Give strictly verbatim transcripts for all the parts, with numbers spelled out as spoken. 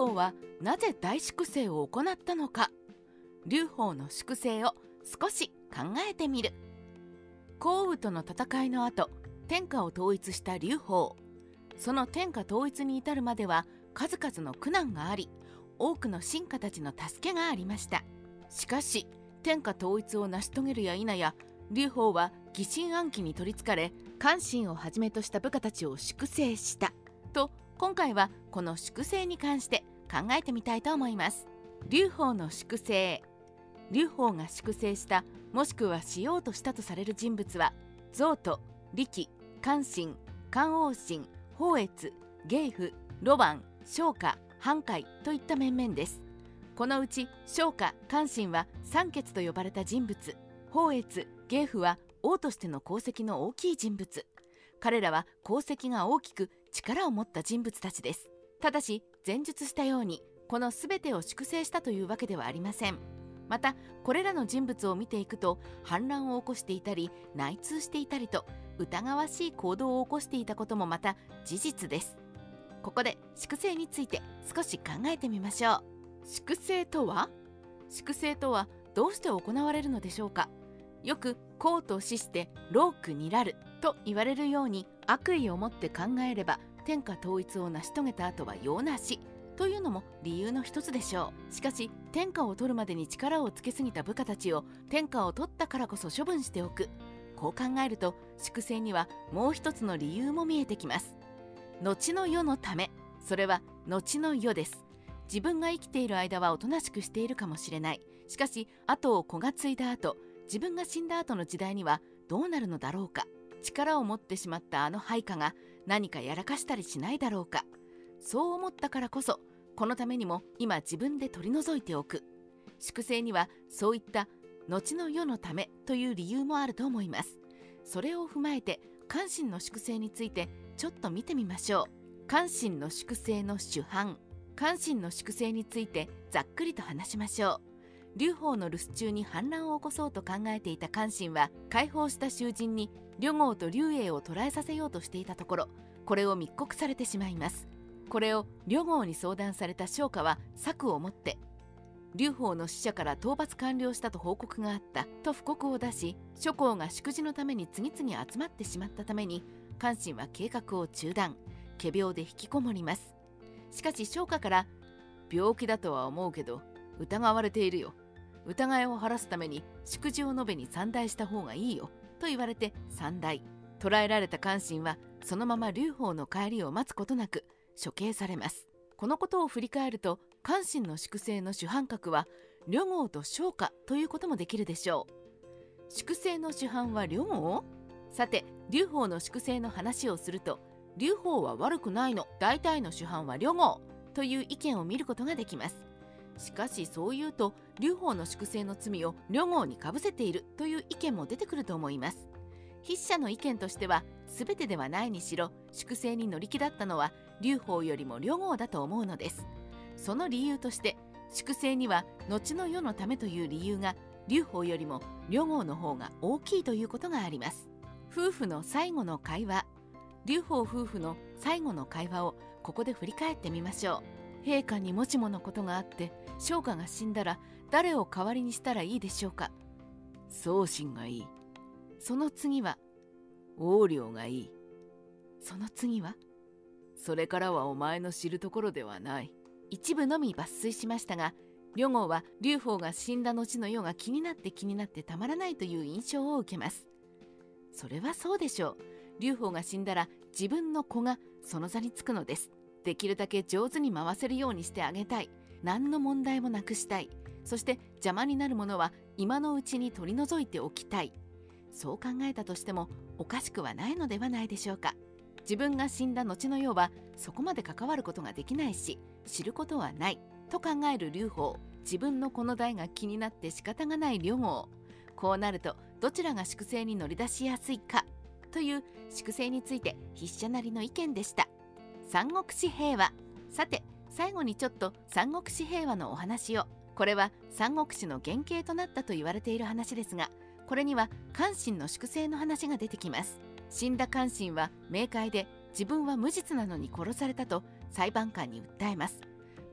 鳳はなぜ大粛清を行ったのか。劉邦の粛清を少し考えてみる。項羽との戦いの後、天下を統一した劉邦。その天下統一に至るまでは数々の苦難があり、多くの臣下たちの助けがありました。しかし天下統一を成し遂げるや否や、劉邦は疑心暗鬼に取りつかれ、関心をはじめとした部下たちを粛清したと、今回はこの粛清に関して考えてみたいと思います。劉邦の粛清。劉邦が粛清した、もしくはしようとしたとされる人物は、増と力、関心、関王信、宝越、芸夫、魯班、商家、半海といった面々です。このうち商家、関心は三傑と呼ばれた人物、宝越、芸夫は王としての功績の大きい人物。彼らは功績が大きく力を持った人物たちです。ただし前述したように、この全てを粛清したというわけではありません。またこれらの人物を見ていくと、反乱を起こしていたり内通していたりと疑わしい行動を起こしていたこともまた事実です。ここで粛清について少し考えてみましょう。粛清とは粛清とはどうして行われるのでしょうか。よく公と死して老苦にらると言われるように、悪意を持って考えれば天下統一を成し遂げた後は用なしというのも理由の一つでしょう。しかし天下を取るまでに力をつけすぎた部下たちを天下を取ったからこそ処分しておく。こう考えると粛清にはもう一つの理由も見えてきます。後の世のため。それは後の世です。自分が生きている間はおとなしくしているかもしれない。しかし後を子が継いだ後、自分が死んだ後の時代にはどうなるのだろうか。力を持ってしまったあの配下が何かやらかしたりしないだろうか。そう思ったからこそ、このためにも今自分で取り除いておく。粛清にはそういった後の世のためという理由もあると思います。それを踏まえて関心の粛清についてちょっと見てみましょう。関心の粛清の主犯。関心の粛清についてざっくりと話しましょう。劉邦の留守中に反乱を起こそうと考えていた関心は、解放した囚人に呂号と劉英を捕らえさせようとしていたところ、これを密告されてしまいます。これを呂号に相談された商家は策を持って、劉邦の使者から討伐完了したと報告があったと布告を出し、諸侯が祝辞のために次々集まってしまったために、関心は計画を中断、仮病で引きこもります。しかし商家から、病気だとは思うけど疑われているよ、疑いを晴らすために祝辞を述べに参内した方がいいよと言われて参内。捕らえられた関心はそのまま劉邦の帰りを待つことなく処刑されます。このことを振り返ると、関心の粛清の主犯格は呂号と商家ということもできるでしょう。粛清の主犯は呂号？さて劉邦の粛清の話をすると、劉邦は悪くないの、大体の主犯は呂号という意見を見ることができます。しかしそう言うと、劉邦の粛清の罪を呂号にかぶせているという意見も出てくると思います。筆者の意見としては、全てではないにしろ粛清に乗り気だったのは劉邦よりも呂号だと思うのです。その理由として、粛清には後の世のためという理由が劉邦よりも呂号の方が大きいということがあります。夫婦の最後の会話。劉邦夫婦の最後の会話をここで振り返ってみましょう。陛下にもしものことがあって商家が死んだら誰を代わりにしたらいいでしょうか。宗信がいい。その次は横領がいい。その次はそれからはお前の知るところではない。一部のみ抜粋しましたが、呂号は劉邦が死んだ後の世が気になって気になってたまらないという印象を受けます。それはそうでしょう。劉邦が死んだら自分の子がその座につくのです。できるだけ上手に回せるようにしてあげたい。何の問題もなくしたい。そして邪魔になるものは今のうちに取り除いておきたい。そう考えたとしてもおかしくはないのではないでしょうか。自分が死んだ後の世はそこまで関わることができないし、知ることはないと考える劉邦。自分の子の代が気になって仕方がない呂号。こうなるとどちらが粛清に乗り出しやすいかという粛清について筆者なりの意見でした。三国志平和。さて最後にちょっと三国志平和のお話を。これは三国志の原型となったと言われている話ですが、これには関心の粛清の話が出てきます。死んだ関心は冥界で自分は無実なのに殺されたと裁判官に訴えます。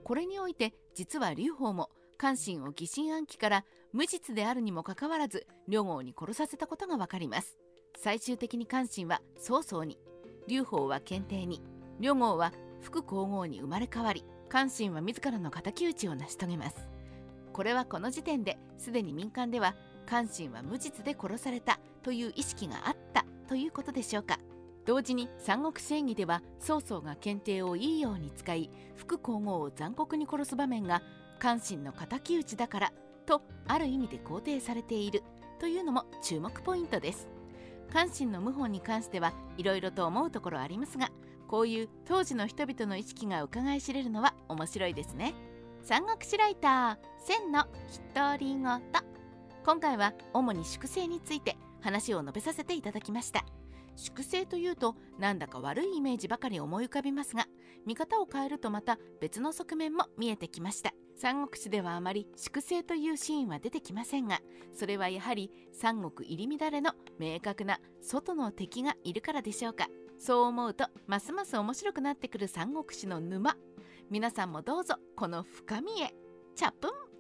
これにおいて実は劉邦も関心を疑心暗鬼から無実であるにもかかわらず呂后に殺させたことがわかります。最終的に関心は曹操に、劉邦は検定に、呂后は副皇后に生まれ変わり、関心は自らの敵討ちを成し遂げます。これはこの時点ですでに民間では関心は無実で殺されたという意識があったということでしょうか。同時に三国志演義では曹操が検定をいいように使い副皇后を残酷に殺す場面が関心の敵討ちだからとある意味で肯定されているというのも注目ポイントです。関心の謀反に関してはいろいろと思うところありますが、こういう当時の人々の意識が伺い知れるのは面白いですね。三国志ライター千の独り言。今回は主に粛清について話を述べさせていただきました。粛清というとなんだか悪いイメージばかり思い浮かびますが、見方を変えるとまた別の側面も見えてきました。三国志ではあまり粛清というシーンは出てきませんが、それはやはり三国入り乱れの明確な外の敵がいるからでしょうか。そう思うとますます面白くなってくる三国志の沼、皆さんもどうぞこの深みへチャップン。